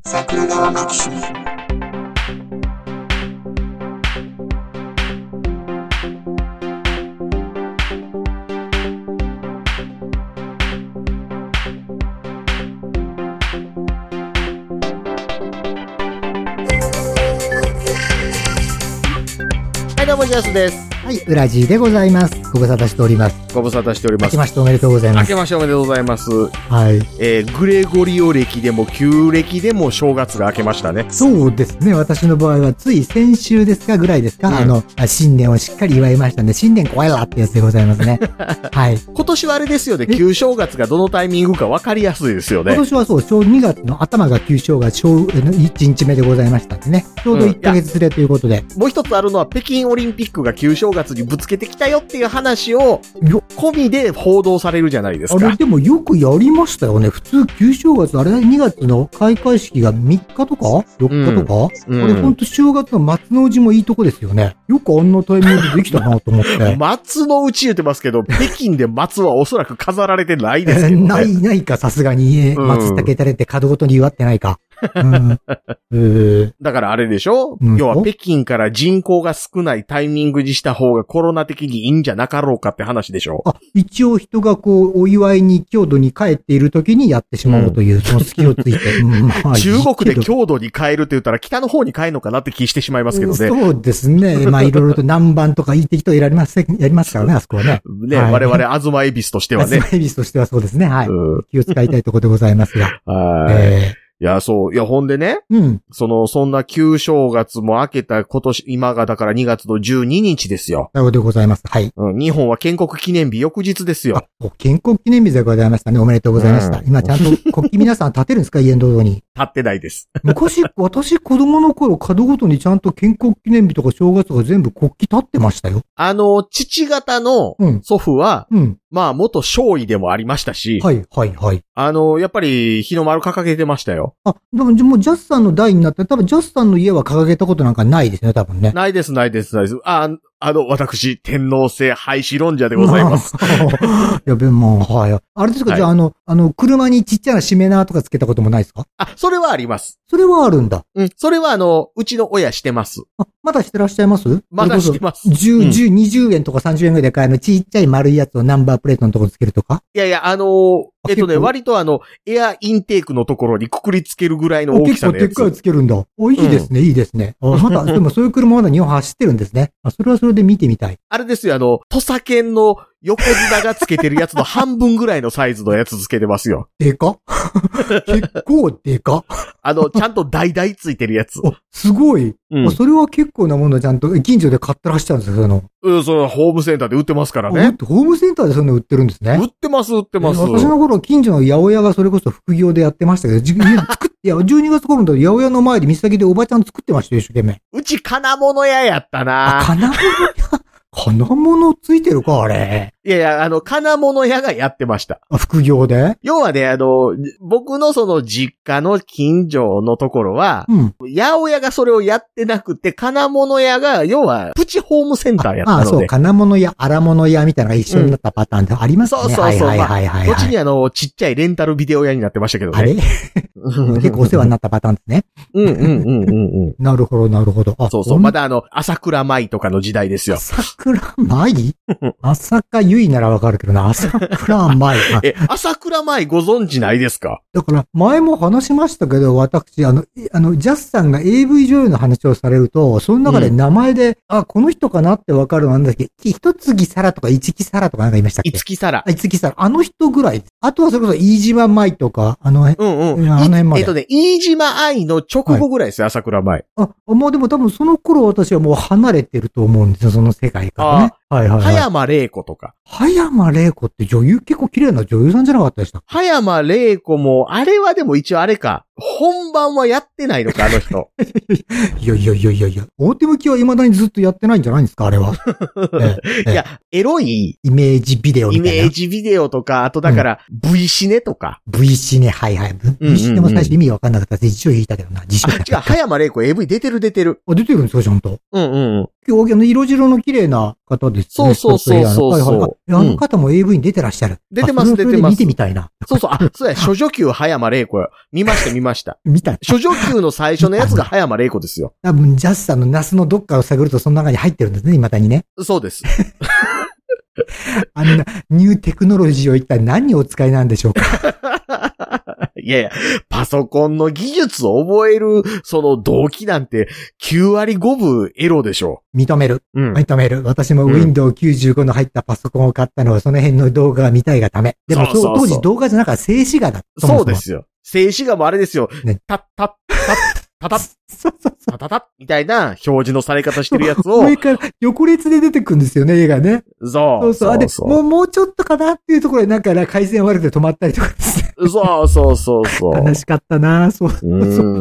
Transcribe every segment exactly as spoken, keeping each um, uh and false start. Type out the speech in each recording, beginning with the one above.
桜川マキシムはい、どうもジャスです。 はい、ウラジーでございます。ご無沙汰しております。 ご無沙汰しております。 明けましておめでとうございます。 明けましておめでとうございます。 はい。 えー、グレゴリオ暦でも旧暦でも正月が明けましたね。 そうですね。私の場合はつい先週ですかぐらいですか、うん、あの、新年をしっかり祝いましたんで、新年怖いわってやつでございますね。はい。 今年はあれですよね、旧正月がどのタイミングか分かりやすいですよね。 今年はそう、ちょうどにがつの頭が旧正月、いちにちめでございましたんでね。ちょうどいっかげつずれということで、 うん。もう一つあるのは、北京オリンピックが旧正月にぶつけてきたよっていう話を、込みで報道されるじゃないですか。 あれでもよくやりましたよね。普通旧正月、あれにがつの開会式がみっかとかよっかとか、うん、あれほんと正月の松の内もいいとこですよね。よくあんなタイミングでできたなと思って。 松の内言ってますけど、北京で松はおそらく飾られてないですけどね。 ない、ないか、さすがに。松竹垂れて角ごとに祝ってないか。うんえー、 だからあれでしょ、うん、要は北京から人口が少ないタイミングにした方がコロナ的にいいんじゃなかろうかって話でしょ。 あ、一応人がこうお祝いに郷土に帰っている時にやってしまおうという、うん、その隙をついて、うんまあ、 中国で郷土に帰るって言ったら北の方に帰るのかなって気してしまいますけどね。 そうですね。まあいろいろと南蛮とかいい適当やりますやりますからね、あそこはね。 ね、はい、我々東恵比寿としてはね。 東恵比寿としてはそうですね。はい。うん、気を使いたいところでございますが。 はい。えーいや、そう。いや、ほんでね。 うん。 その、そんな旧正月も明けた今年、今がだからにがつのじゅうににちですよ。 なるほどでございます。はい。 うん。日本は建国記念日翌日ですよ。 あ、建国記念日でございましたね。おめでとうございました。うん、今ちゃんと国旗皆さん立てるんですか家の道路に。 立ってないです。 昔、私子供の頃、角ごとにちゃんと建国記念日とか正月が全部国旗立ってましたよ。 あの、父方の祖父は、うん。うんまあ、元少尉でもありましたし。 はい、はい、はい。 あの、やっぱり、日の丸掲げてましたよ。 あ、でも、もうジャスさんの代になって、多分ジャスさんの家は掲げたことなんかないですね、多分ね。 ないです、ないです、ないです。あ、あの、私、天皇制廃止論者でございます。 いや、でも、はい。あれですか、はい、じゃあ、あの、あの、車にちっちゃなしめ縄とかつけたこともないですか？ あ、それはあります。 それはあるんだ。 うん、それはあの、うちの親してます。 あ、まだしてらっしゃいます？ まだしてます。 じゅう、じゅう、にじゅうえんとかさんじゅうえんぐらいで買えるちっちゃい丸いやつをナンバープレートのところにつけるとか？ いやいや、あのー、えっとね、割とあの、エアインテークのところにくくりつけるぐらいの大きさのやつ。 結構でっかいつけるんだ。お、いいですね、うん、いいですね。あ、まだ、でもそういう車まだ日本走ってるんですね。あ、それはそれで見てみたい。 あれですよ、あの、土佐犬の横綱がつけてるやつの半分ぐらいのサイズのやつつけてますよ。 でか結構でかあの、ちゃんと代々ついてるやつ。 お、すごい。うん、それは結構なものちゃんと近所で買ってらっしゃるんですよ、その。 うん、そのホームセンターで売ってますからね。 ホームセンターでそういうの売ってるんですね。 売ってます、売ってます。 私の頃近所の八百屋がそれこそ副業でやってましたけど、家作っいや、じゅうにがつ頃の八百屋の前で店先でおばちゃん作ってましたよ、一生懸命。 うち金物屋やったな。 あ、金物屋金物ついてるか、あれ。 いやいや、あの、金物屋がやってました。 あ、副業で？ 要はね、あの、僕のその実家の近所のところは、うん、八百屋がそれをやってなくて、金物屋が、要は、プチホームセンターやったので。あ、あそう、金物屋、荒物屋みたいなのが一緒になったパターンってありますね。うん、 そうそうそう。 はいはいはいはい、はい。 こっちにあの、ちっちゃいレンタルビデオ屋になってましたけどね。 あれ結構お世話になったパターンですね。 うんうんうんうんうん。 なるほど、なるほど。 あ、そうそう。まだあの、朝倉舞とかの時代ですよ。 朝倉舞朝倉ゆいならわかるけどな、朝倉舞。 え、朝倉舞ご存知ないですか？ だから、前も話しましたけど、私、あの、あの、ジャスさんが エーブイ 女優の話をされると、その中で名前で、うん、あ、この人かなってわかるなんだっけ、一月サラとか一木サラとかなんか言いましたっけ？ 一木サラ。 一木サラ。あの人ぐらいです。あとはそれこそ飯島舞とか、あの、 うんうん。 あの辺まで。 えっとね、飯島愛の直後ぐらいですよ、はい、朝倉舞。 あ、もうでも多分その頃私はもう離れてると思うんですよ、その世界からね。はいはいはい。 葉山玲子とか。 葉山玲子って女優結構綺麗な女優さんじゃなかったでしたっけ？ 葉山玲子も、あれはでも一応あれか。本番はやってないのか、あの人。 いやいやいやいやいや。表向きは未だにずっとやってないんじゃないんですか、あれは。 ええ、いや、エロい。 イメージビデオみたいな。 イメージビデオとか、あとだから、うん、V シネとか。 V シネ、はいはい。V シネも最初意味わかんなかったです。一応言いたけどな。 実証。あ、違う、葉山玲子 エーブイ 出てる出てる。 あ、出てるんですか、ちゃんと。 うんうんうん。 今日の色白の綺麗な方ですね。 そうそうそうそう。 はいはいはい。あの方も エーブイ に出てらっしゃる。 出てます、出てます。 見てみたいな。 そうそう。あ、そうや、処女級葉山玲子よ。見ました、見ました。 見た。 処女級の最初のやつが葉山玲子ですよ。 多分、ジャスさんのナスのどっかを探るとその中に入ってるんですね、未だにね。 そうです。 あんな、ニューテクノロジーを一体何をお使いなんでしょうか。 いやいや、パソコンの技術を覚える、その動機なんてきゅうわりごぶエロでしょ。 認める。 うん。 認める。私も ウィンドウきゅうじゅうご の入ったパソコンを買ったのはその辺の動画が見たいがため。でもそう、そうそう当時動画じゃなかった静止画だった。 そうですよ。静止画もあれですよ。ね。タッタッタッタタッそうそうそう。 タタタッみたいな表示のされ方してるやつを。 上から横列で出てくるんですよね、絵がね。 そう。 そうそう。で、もう、もうちょっとかなっていうところでなんか回線悪くて止まったりとかですね。 そうそうそうそう。 悲しかったなそうそう。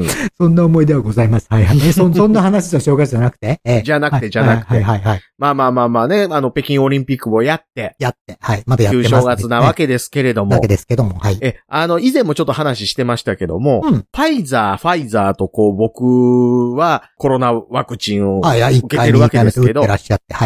そんな思い出はございます。はいはい。そ, そんな話の正月じゃなくて、ええ、 じゃなくて、じゃなくて。 はいはいはい。 まあまあまあまあね、あの、北京オリンピックもやって。 やって。はい。まだやってます、ね。 旧正月なわけですけれども。 わけですけども。はい。 え、あの、以前もちょっと話してましたけども、 うん、 ファイザー、ファイザーとこう、僕はコロナワクチンを受けてるわけですけど、 はい。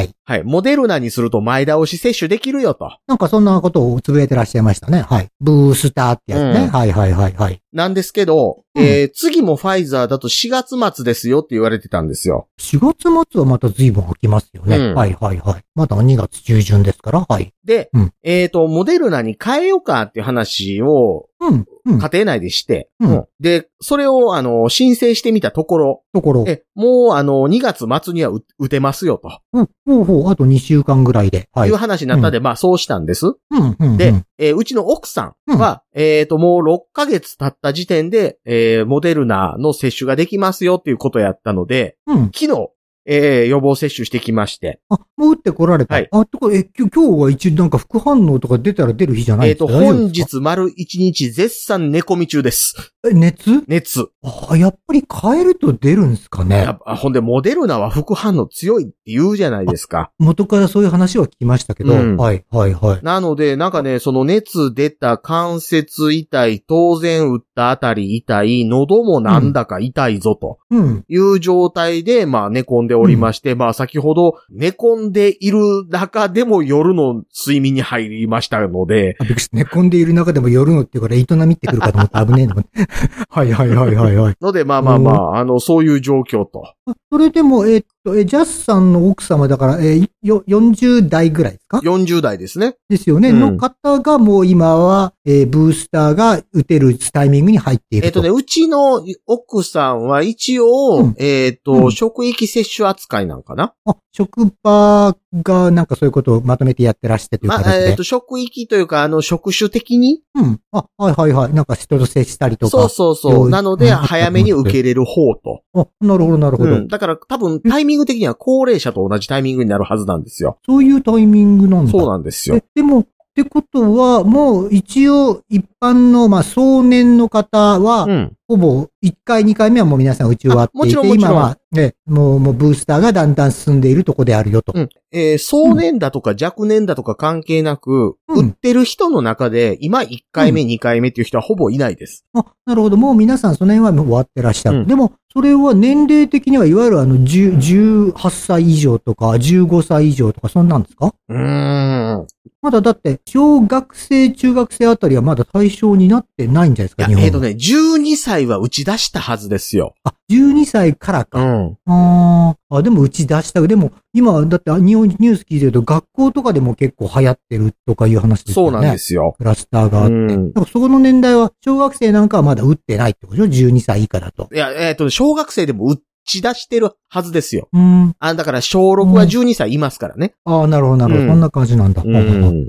はい。モデルナにすると前倒し接種できるよと。 なんかそんなことをつぶやいてらっしゃいましたね。はい。ブースターってやつね。うん、はいはいはいはい。 なんですけど、うん、えー、次もファイザーだとしがつ末ですよって言われてたんですよ。 しがつ末はまた随分空きますよね。うん、はいはいはい。まだにがつ中旬ですから、はい。 で、うん、えっと、モデルナに変えようかっていう話を、 うんうん、 家庭内でして、 うん、 で、それを、あの、申請してみたところ、 ところ、 え、もう、あの、にがつ末には打てますよと。 うん、ほうほう、あとにしゅうかんぐらいで。 はい。いう話になったんで、うん、まあ、そうしたんです。 うんうんうん、 で、えー、うちの奥さんは、うん、えっと、もうろっかげつ経った時点で、えー、モデルナの接種ができますよっていうことやったので、 うん、 昨日、えー、予防接種してきまして。 あ、もう打ってこられた。 はい。 あ、とこえ、今日は一応なんか副反応とか出たら出る日じゃないですか。 えっと、本日丸一日絶賛寝込み中です。 え、熱熱。 あ、やっぱり変えると出るんですかね。 やっぱ、ほんで、モデルナは副反応強いって言うじゃないですか。 元からそういう話は聞きましたけど。うん、はい、はい、はい。 なので、なんかね、その熱出た関節痛い、当然打ったあたり痛い、喉もなんだか痛いぞと。 うん。 いう状態で、まあ寝込んでおりまして、うん、まあ先ほど寝込んでいる中でも夜の睡眠に入りましたので。 あ、びっくりした。寝込んでいる中でも夜のっていうから営みってくるかと思って危ねえの。はいはいはいはいはい。 ので、まあまあまあ、あの、そういう状況と。 それでも、えー、っと、え、ジャスさんの奥様だから、えー、よ、よんじゅうだいぐらいですか ? よんじゅう 代ですね。 ですよね。うん、の方がもう今は、えー、ブースターが打てるタイミングに入っていると。 えっとね、うちの奥さんは一応、うん、えっと、うん、職域接種扱いなんかなあ、職場がなんかそういうことをまとめてやってらしてという形で。 まあ、えっと、職域というか、あの、職種的にうん。あ、はいはいはい。なんか人と接したりとか。 そうそうそう。なので、早めに受けれる方と。 あ、なるほどなるほど。うん、 だから多分タイミング的には高齢者と同じタイミングになるはずなんですよ。 そういうタイミングなんだ。 そうなんですよ。 でも、ってことは、もう一応一般の、まあ、壮年の方は、うん、ほぼいっかい、にかいめはもう皆さん打ち終わっていて、 もちろんもちろん今は、ね、もう、もうブースターがだんだん進んでいるとこであるよと。 うん、えー、壮年だとか若年だとか関係なく、うん、打ってる人の中で、今いっかいめ、うん、にかいめっていう人はほぼいないです。 あ、なるほど。もう皆さんその辺はもう終わってらっしゃる。うん、でも、それは年齢的にはいわゆるあの、じゅう、じゅうはっさい以上とか、じゅうごさい以上とか、そんなんですか？ うーん。 まだだって、小学生、中学生あたりはまだ対象になってないんじゃないですか、日本は。 えっとね、じゅうにさいは打ち出したはずですよ。 あ、じゅうにさいからか。 うん。 ああ、でも打ち出した。でも、今、だって日本ニュース聞いてると、学校とかでも結構流行ってるとかいう話ですよね。 そうなんですよ。 クラスターがあって。うん、だからそこの年代は、小学生なんかはまだ打ってないってことでしょ ?じゅうにさい以下だと。 いや、えっと、小学生でも打ち出してるはずですよ。 うん。 あ、だから小ろくはじゅうにさいいますからね。 うん、ああ、なるほど、なるほど、うん。そんな感じなんだ。 うん。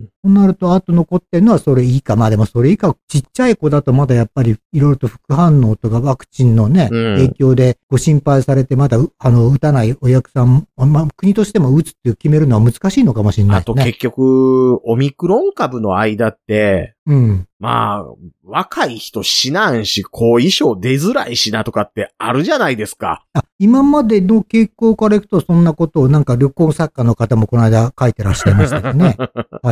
となると、あと残ってるのはそれ以下。まあでもそれ以下、ちっちゃい子だとまだやっぱりいろいろと副反応とかワクチンのね、うん、影響でご心配されてまだ、あの、打たないお客さん、まあ国としても打つっていう決めるのは難しいのかもしれないですね。 あと結局、オミクロン株の間って、 うん。 まあ、若い人死なんし、後遺症出づらいしなとかってあるじゃないですか。 あ、今までの傾向からいくとそんなことをなんか旅行作家の方もこの間書いてらっしゃいましたよね。はいはいはい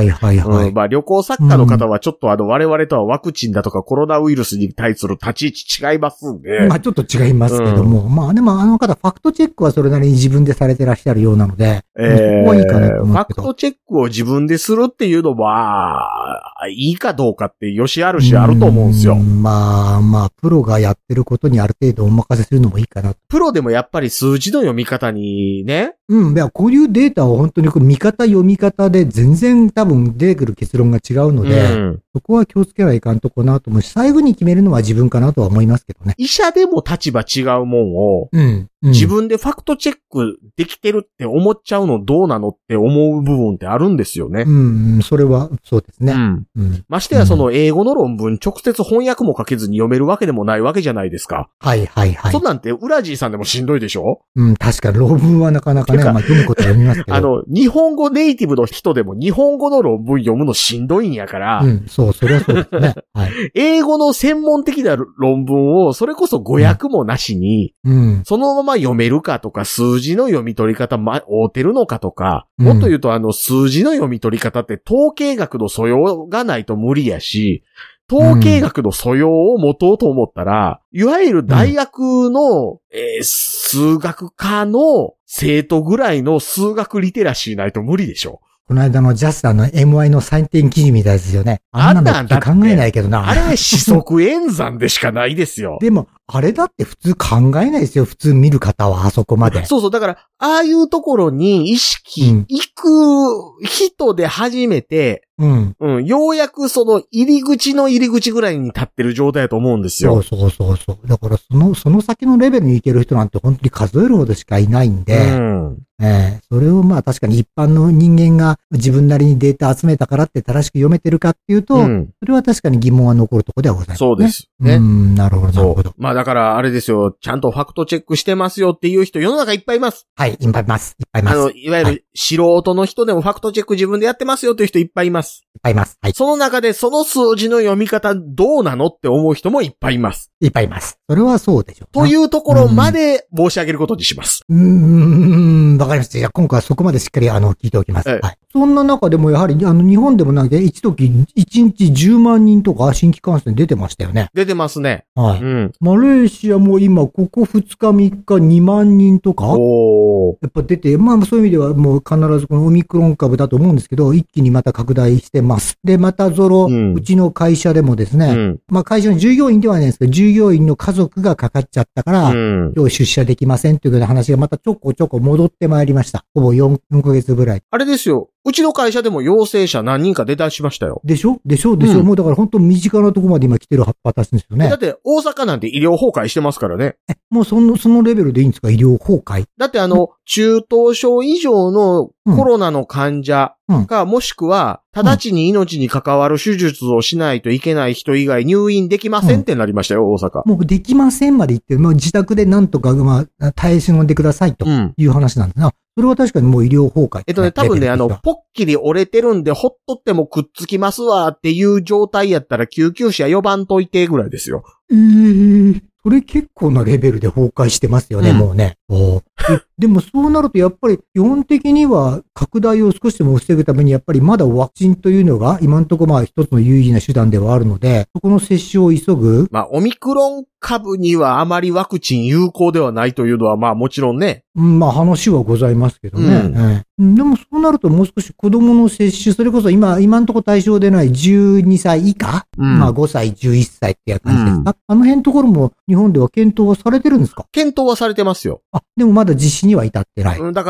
はい。 うん、まあ旅行作家の方はちょっとあの我々とはワクチンだとかコロナウイルスに対する立ち位置違いますんで。 まあちょっと違いますけども、うん、まあでもあの方ファクトチェックはそれなりに自分でされてらっしゃるようなので、 えー、 そこはいいかなと思うけど。 ファクトチェックを自分でするっていうのは、いいかどうかってよしあるしあると思うんですよ。 まあまあ、プロがやってることにある程度お任せするのもいいかな。 プロでもやっぱり数字の読み方にね。 うん、いや、こういうデータを本当にこう見方読み方で全然多分出てくる結論が違うので、うん、そこは気をつけないかんとこなと思うし、最後に決めるのは自分かなとは思いますけどね。 医者でも立場違うもんを、 うんうん、 自分でファクトチェックできてるって思っちゃうのどうなのって思う部分ってあるんですよね。 うん、それはそうですね。 うんうん、ましてやその英語の論文直接翻訳も書けずに読めるわけでもないわけじゃないですか。 はいはいはい。 そんなんてウラジーさんでもしんどいでしょ？ うん、確かに論文はなかなかね、まあ読むことは読みますけど。 あの、日本語ネイティブの人でも日本語の論文読むのしんどいんやから。 うん、そう、それはそうですね。はい。 英語の専門的な論文をそれこそ語訳もなしに、うん、そのまま読めるかとか、数字の読み取り方、ま、合うてるのかとか、もっと言うとあの、数字の読み取り方って統計学の素養がないと無理やし、統計学の素養を持とうと思ったら、うん、いわゆる大学の、うんえー、数学科の生徒ぐらいの数学リテラシーないと無理でしょ。 この間のジャスターの エムアイ の採点記事みたいですよね。あんなの考えないけどな。 あれは四則演算でしかないですよ。 でも、あれだって普通考えないですよ。普通見る方はあそこまで。 そうそう。だから、ああいうところに意識いく人で初めて、うん。うん。ようやくその入り口の入り口ぐらいに立ってる状態だと思うんですよ。 そうそうそうそう。だからその、その先のレベルに行ける人なんて本当に数えるほどしかいないんで、うん。えー、それをまあ確かに一般の人間が自分なりにデータ集めたからって正しく読めてるかっていうと、うん、それは確かに疑問は残るところではございます、ね。 そうですね。 うん、なるほど、なるほど。 まあだからあれですよ、ちゃんとファクトチェックしてますよっていう人世の中いっぱいいます。 はい、いっぱいいます。いっぱいいます。 あの、いわゆる素人の人でもファクトチェック自分でやってますよっていう人いっぱいいます。 いっぱいいます。 はい。その中でその数字の読み方どうなのって思う人もいっぱいいます。 いっぱいいます。それはそうでしょう。 というところまで申し上げることにします。 うーん、わかりました。じゃあ今回はそこまでしっかりあの聞いておきます。はい。はい、そんな中でもやはりあの日本でもなんか一時一日じゅうまんにんとか新規感染出てましたよね。 出てますね。 はい。うん。マレーシアも今ここふつかみっかにまんにんとか。おー。やっぱ出て、まあそういう意味ではもう必ずこのオミクロン株だと思うんですけど、一気にまた拡大してます。で、またゾロ、うん、うちの会社でもですね、うん、まあ会社の従業員ではないですけど、従業員の家族がかかっちゃったから、うん、今日出社できませんというような話がまたちょこちょこ戻ってまいりました。ほぼよんかげつぐらい。 あれですよ。うちの会社でも陽性者何人か出だしましたよ。 でしょでしょでしょ、うん、もうだから本当身近なところまで今来てる形ですよね。 だって大阪なんて医療崩壊してますからね。 え、もうその、そのレベルでいいんですか医療崩壊。 だってあの、中等症以上のコロナの患者か、うん、もしくは、直ちに命に関わる手術をしないといけない人以外入院できませんってなりましたよ、大阪。 もうできませんまで言って、もう自宅でなんとか、まあ、耐え忍んでくださいという話なんですな。うん、それは確かにもう医療崩壊。 えっとね、多分ね、あの、ポッキリ折れてるんで、ほっとってもくっつきますわっていう状態やったら救急車呼ばんといてぐらいですよ。 ええー。それ結構なレベルで崩壊してますよね、うん、もうね。おでもそうなるとやっぱり基本的には拡大を少しでも防ぐためにやっぱりまだワクチンというのが今のところまあ一つの有意義な手段ではあるので、そこの接種を急ぐ。 まあオミクロン株にはあまりワクチン有効ではないというのはまあもちろんね。 うん、まあ話はございますけどね。うんええ、でもそうなるともう少し子供の接種、それこそ今、今のところ対象でないじゅうにさい以下、うん、まあごさい、じゅういっさいっていう感じですか、うん、あの辺のところも日本では検討はされてるんですか？ 検討はされてますよ。 あ、でもまだ実施には至ってない。 だから、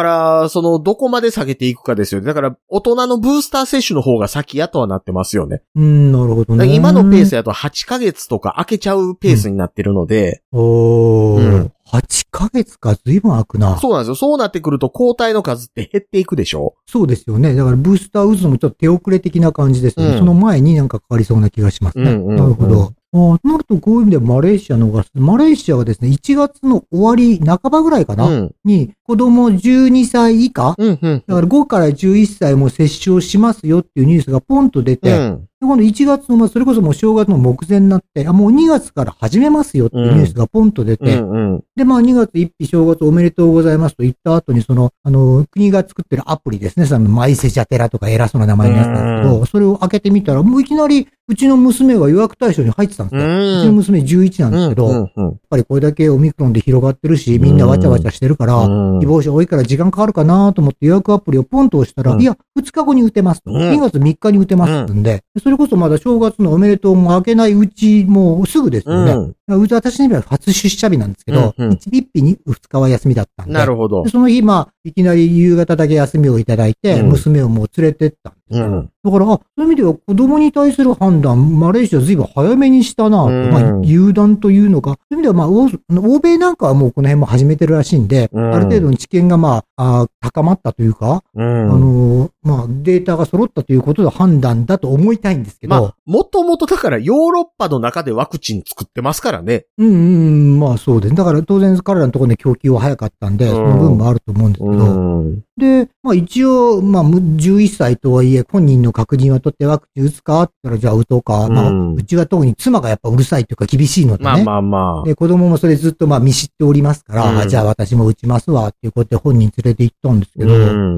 その、どこまで下げていくかですよね。だから、大人のブースター接種の方が先やとはなってますよね。 うん、なるほどね。 今のペースやとはちかげつとか空けちゃうペースになってるので。 うん、おー。うんはちかげつか随分空くな。 そうなんですよ。そうなってくると抗体の数って減っていくでしょ？ そうですよね。だからブースター打つのもちょっと手遅れ的な感じですよね。うん、その前になんかかかりそうな気がしますね。うんうんうん、なるほど。あなるとこういう意味でマレーシアのが、マレーシアはですね、いちがつの終わり、半ばぐらいかな、うん、に、子供じゅうにさい以下、うんうん、だからごからじゅういっさいも接種をしますよっていうニュースがポンと出て、うん、 今度いちがつの、まあ、それこそもう正月の目前になって、あ、もうにがつから始めますよっていうニュースがポンと出て、うんうんうん、で、まあにがつついたち正月おめでとうございますと言った後に、その、あの、国が作ってるアプリですね、その、マイセジャテラとか偉そうな名前のやつなんですけど、それを開けてみたら、もういきなり、うちの娘が予約対象に入ってたんですよ。うちの娘じゅういちなんですけど、うんうんうん、やっぱりこれだけオミクロンで広がってるし、みんなわちゃわちゃしてるから、希望者多いから時間かかるかなと思って予約アプリをポンと押したら、うん、いや、ふつかごに打てますと。にがつみっかに打てますんで、それこそまだ正月のおめでとうも開けないうち、もうすぐですよね。うん、私の意味は初出社日なんですけど、うんうん、いち日にふつかは休みだったんで。 なるほど。 その日、まあ、いきなり夕方だけ休みをいただいて、うん、娘をもう連れてったんですよ。うん、だから、あ、そういう意味では子供に対する判断、マレーシアずいぶん早めにしたなと、うん、まあ、油断というのか、そういう意味では、まあ、欧米なんかはもうこの辺も始めてるらしいんで、うん、ある程度の知見がまあ、あ高まったというか、うん、あのー、まあ、データが揃ったということの判断だと思いたいんですけど。まあ、 もともとだからヨーロッパの中でワクチン作ってますからね。 うんうん、まあそうです。だから当然彼らのところで供給は早かったんで、うん、その分もあると思うんですけど。うん、で、まあ一応、まあじゅういっさいとはいえ、本人の確認を取ってワクチン打つかって言ったらじゃあ打とうか。うん、まあ、うちは特に妻がやっぱうるさいというか厳しいのでね。 まあまあまあ。 で、子供もそれずっとまあ見知っておりますから、うん、じゃあ私も打ちますわっていうことで本人連れて行ったんですけど、うん、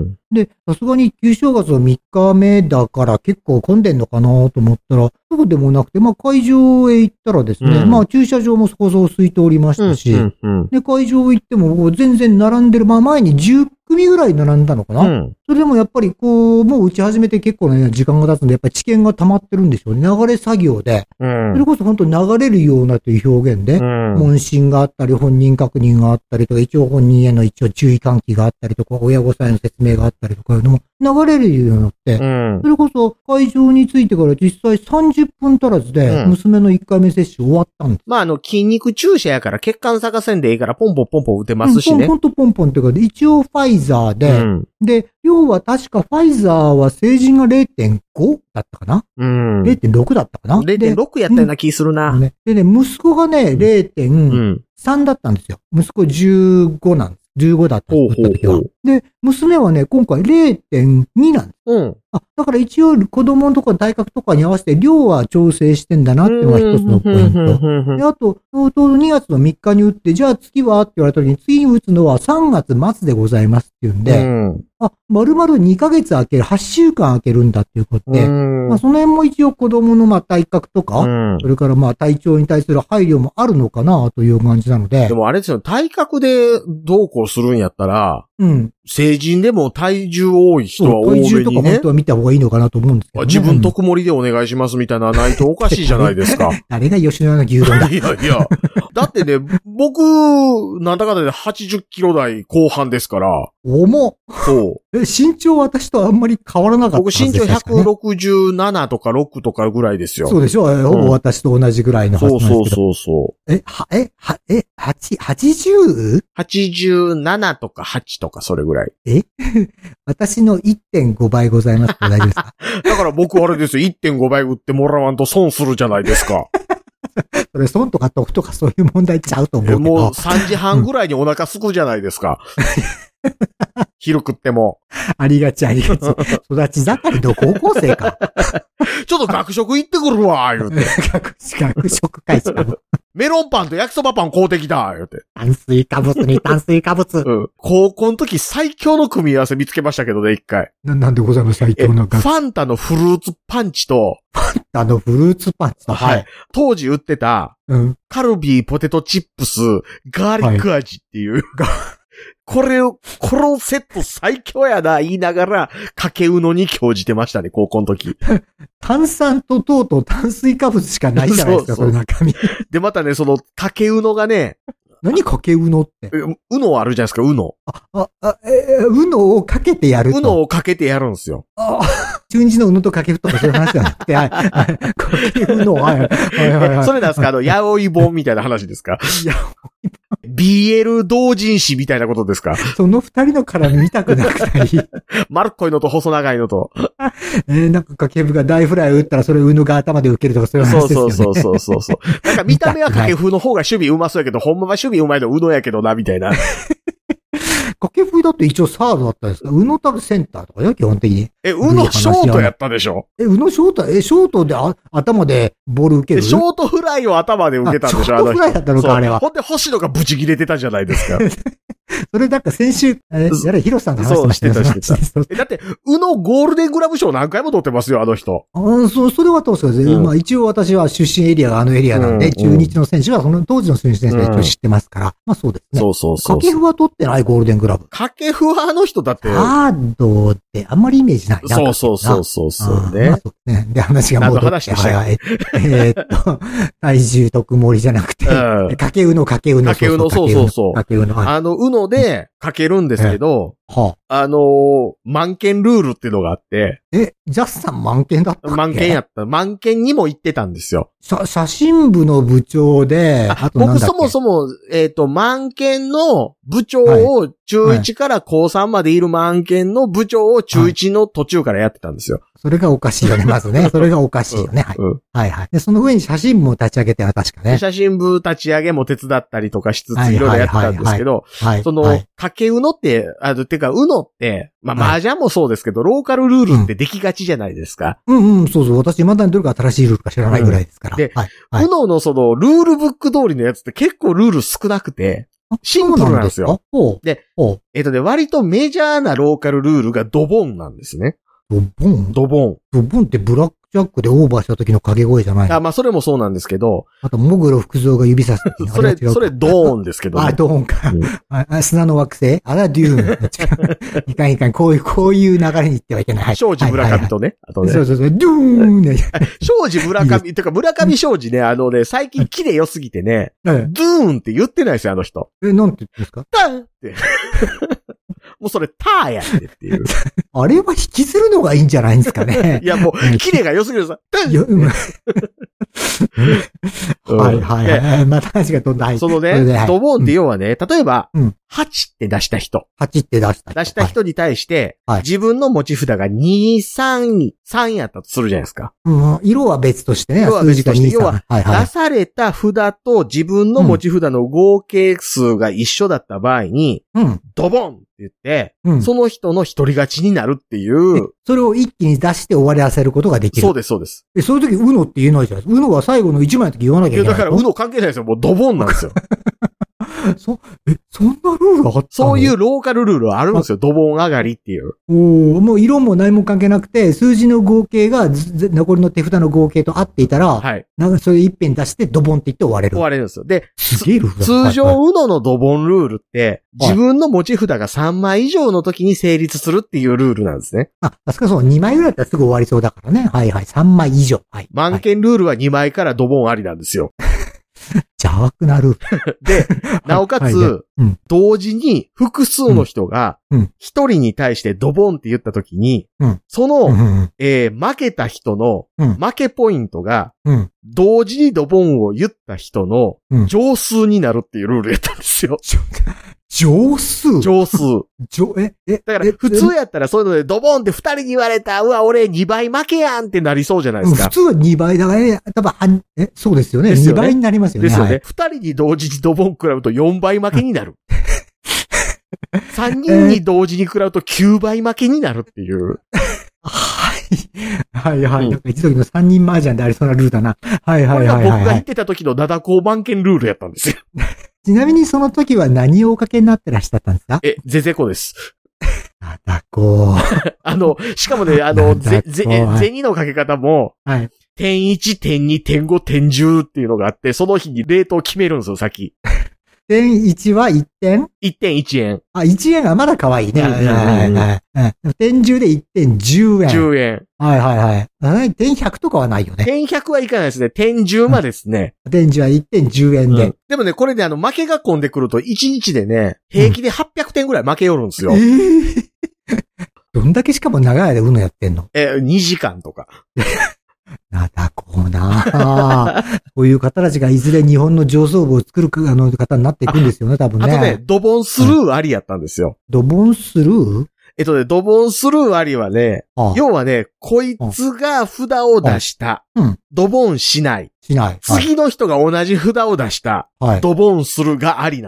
で、さすがに旧正月のみっかめだから結構混んでんのかなと思ったら、そうでもなくて、まあ会場へ行ったらですね、うん、まあ駐車場もそこそこ空いておりましたし、うんうんうん、で、会場行っても全然並んでる、まあ前にじゅっくみぐらい並んだのかな、うん、それでもやっぱりこう、もう打ち始めて結構ね、時間が経つんで、やっぱり知見が溜まってるんでしょうね。流れ作業で、うん、それこそ本当に流れるようなという表現で、うん、問診があったり、本人確認があったりとか、一応本人への一応注意喚起があったりとか、親御さんへの説明があったりとかいうのも流れるようになって、うん、それこそ会場についてから実際さんじゅっぷん足らずで、娘のいっかいめ接種終わったんです。 まあ、あの、筋肉注射やから血管探せんでいいからポンポンポンポン打てますしね。 ポンポンポンポンっていうか、一応ファイザーで、うん、で、要は確かファイザーは成人が れいてんご だったかな、うん、れいてんろく だったかなれいてんろく やったような気するな。 で、でね、息子がね、れいてんさん だったんですよ。息子じゅうごなんです。じゅうごだったんです、打った時は。で、娘はね、今回 れいてんに なんです。うん。あ、だから一応子供のところ体格とかに合わせて量は調整してんだなっていうのが一つのポイント。で、あと、ちょうどにがつのみっかに打って、じゃあ次はって言われた時に、次に打つのはさんがつ末でございますっていうんで、うん、あ、丸々にかげつ空ける、はっしゅうかん空けるんだっていうことで、うん、まあその辺も一応子供のまあ体格とか、うん、それからまあ体調に対する配慮もあるのかなという感じなので。 でもあれですよ、体格でどうこうするんやったら、うん。成人でも体重多い人は多めにね。体重とか本当は見た方がいいのかなと思うんですけどね。 自分特盛りでお願いしますみたいなないとおかしいじゃないですか。 あれが吉野家の牛丼だ。 いやいや。だってね、僕、なんだかんだではちじゅっキロ台後半ですから。 重っ。 そう。 え、身長は私とあんまり変わらなかったはずですかね。 僕身長ひゃくろくじゅうななとかろくとかぐらいですよ。 そうでしょ、うん、ほぼ私と同じぐらいのはずなんですけど。 そうそうそう。 え、は、え、は、え、はち、はちじゅう? はちじゅうななとかはちとかそれぐらい。 え私の いってんご 倍ございますって大丈夫ですか？ だから僕あれですよ、いってんご 倍売ってもらわんと損するじゃないですか。 それ損とか得とかそういう問題ちゃうと思うけど。 もうさんじはんぐらいにお腹すくじゃないですか。昼食っても。 ありがちありがち。育ち盛りの高校生か。 ちょっと学食行ってくるわ、言うて。 学、学食会社。 メロンパンと焼きそばパン買うてきた、言うて。 炭水化物に炭水化物。 うん。高校の時最強の組み合わせ見つけましたけどね、一回。 な、なんでございます最強のファンタのフルーツパンチと、 ファンタのフルーツパンチと、 はい。当時売ってた、うん、カルビーポテトチップス、ガーリック味っていう。はいこれを、このセット最強やな、言いながら、かけうのに興じてましたね、高校の時。 炭酸と糖と炭水化物しかないじゃないですか、そうそうそれ中身。 で、またね、その、かけうのがね、 何かけうのって。 うのあるじゃないですか、うの。 あ、あ、あ、えー、うのをかけてやると。 うのをかけてやるんですよ。 ああ。中日のうのとかけふとかそういう話じゃなくて、はい、はい、かけうの、はい、はい、はい、はい。 それなんですか、あの、やおい本みたいな話ですか。やおい本。ビーエル 同人誌みたいなことですか。 その二人の絡み見たくなくなり。 丸っこいのと細長いのと。 えー、なんかかけふが大フライを打ったらそれうのが頭で受けるとかそういう話ですよね。 そうそうそうそうそう。なんか見た目はかけふの方が守備うまそうやけど、ほんまは守備うまいのうのやけどな、みたいな。 掛布だって一応サードだったんですか？宇野たるセンターとかよ、基本的に。 え、宇野ショートやったでしょ？ え、宇野ショート、え、ショートであ頭でボール受ける？ ショートフライを頭で受けたんでしょ？ ショートフライだったのか、あれは。 ほんで星野がブチ切れてたじゃないですか。 それなんか先週、え、やれ、ヒロさんが話してましたね。 そう、してた、してた。だって、宇野ゴールデングラブ賞何回も取ってますよ、あの人。 ああ、そう、それはどうですか、うん、まあ一応私は出身エリアがあのエリアなんで、うん、中日の選手はその当時の選手は一応知ってますから、うん、まあそうですね。 そうそうそう。 掛布は取ってないゴールデングラブ。 掛布はあの人だって。 ハードってあんまりイメージないな。 そうそうそうそうそうね。 まあ、そうね。で、話が戻って。 話でした。 はいはい。えー、っと、体重特盛りじゃなくて、うん、掛布の掛布の。 掛布の、そうそうそう。 掛布の。 あの、宇野でかけるんですけど、はあ、あのー、満件ルールっていうのがあって。 え、ジャスさん満件だったっけ？ 満件やった。満件にも行ってたんですよ。 写真部の部長で、あと僕そもそも、えっと、満件の部長を中いちから高さんまでいる満件の部長を中いちの途中からやってたんですよ。 それがおかしいよね、まずね。それがおかしいよね。はい。うん、はいはい。で、その上に写真部も立ち上げては確かね。 写真部立ち上げも手伝ったりとかしつついろいろやってたんですけど、その、掛けうのって、あの、てか、うのって、まあ、麻雀もそうですけど、ローカルルールってできがちじゃないですか。 うん、うん、うん、そうそう。私、未だにどれか新しいルールか知らないぐらいですから。 うん、で、はいはい、うののその、ルールブック通りのやつって結構ルール少なくて、シンプルなんですよ。で、えっとね、割とメジャーなローカルルールがドボンなんですね。 ドボンドボン。 ドボンってブラックジャックでオーバーした時の掛け声じゃないの？ あ、まあそれもそうなんですけけど。 あと、モグロ福蔵が指さす時のそれ、それドーンですけど、ね。 あ、ドーンか。うん、あ砂の惑星あれはデューン。いかんいかん、こういう、こういう流れに行ってはいけない。 庄司村上とね。あとね。 そうそうそう、デューンね。 庄司村上、てか村上庄司ね、あのね、最近キレ良すぎてね、ドゥーンって言ってないですよ、あの人。 え、なんて言ってんですか？ タンって。もうそれターやってっていう。 あれは引きずるのがいいんじゃないんですかね。 いやもう、キレが良すぎるさ。 いや、うまい。はいはいはい。また話が飛んだ。 そのね、ドボンって要はね、例えば、はちって出した人。 はちって出した人。出した人に対して、自分の持ち札がに、さん、さんやったとするじゃないですか。 うん、色は別としてね。 色は別として、要は、出された札と自分の持ち札の合計数が一緒だった場合に、ドボンって言って、その人の一人勝ちになるっていう。 それを一気に出して終わりらせることができる。 そうです、そうです。 え、そういう時、うのって言えないじゃないですか。うのは最後のいちまいの時言わなきゃいけない。 いや、だからうの関係ないですよ。もうドボンなんですよ。 そ、え、そんなルールがあったの？ そういうローカルルールはあるんですよ。ドボン上がりっていう。 おー、もう色も何も関係なくて、数字の合計が残りの手札の合計と合っていたら、はい。なんかそれ一遍出してドボンって言って終われる。 終われるんですよ。で、 すげえルールだ。 通常、うののドボンルールって、自分の持ち札がさんまい以上の時に成立するっていうルールなんですね。 あ、確かそう、にまいぐらいだったらすぐ終わりそうだからね。はいはい、さんまい以上。はい。 満件ルールはにまいからドボンありなんですよ。 邪悪なルール。で、なおかつ、はいはいうん、同時に複数の人が、一人に対してドボンって言ったときに、うん、その、うんうんえー、負けた人の負けポイントが、うん、同時にドボンを言った人の乗数になるっていうルールやったんですよ。 乗数乗数。 乗、え、え、 だから、普通やったらそういうので、ドボンって二人に言われた、うわ、俺にばい負けやんってなりそうじゃないですか。 普通はにばいだからね、多分は、え、そうですよね。にばいになりますよね。 ですよね。二、はい、人に同時にドボン食らうとよんばい負けになる。三人に同時に食らうときゅうばい負けになるっていう。 はい。はいはい。うん、なんか一時の三人麻雀でありそうなルールだな。はいはいはい、はい。 僕が言ってた時の灘高満件ルールやったんですよ。 ちなみにその時は何をおかけになってらっしゃったんですか？ え、ゼゼコです。 灘高。 あの、しかもね、あの、ぜ、ぜ、銭のかけ方も、はい。点いち、点に、点ご、点じゅうっていうのがあって、その日にレートを決めるんですよ、先。 点いちはいってん ? いってんいちえん。 あ、いちえんがまだ可愛いね。はいはいはい。点じゅうでいってんじゅうえん。 じゅうえん。 はいはいはい。点ひゃくとかはないよね。 点ひゃくはいかないですね。点じゅうまでですね。 点じゅうはいってんじゅうえんで、うん。 でもね、これであの、負けが込んでくるといちにちでね、平気ではっぴゃくてんぐらい負けよるんですよ。 うん、えー、どんだけしかも長い間うのやってんの？ え、にじかんとか。 なだこうなこういう方たちがいずれ日本の上層部を作るあの方になっていくんですよね、多分ね。 あとね、ドボンスルーありやったんですよ。 ドボンスルー？ えっとね、ドボンスルーありはね、ああ要はね、こいつが札を出した。うん、ドボンしない。 しない。 次の人が同じ札を出した。はい、ドボンするがありなんですよ。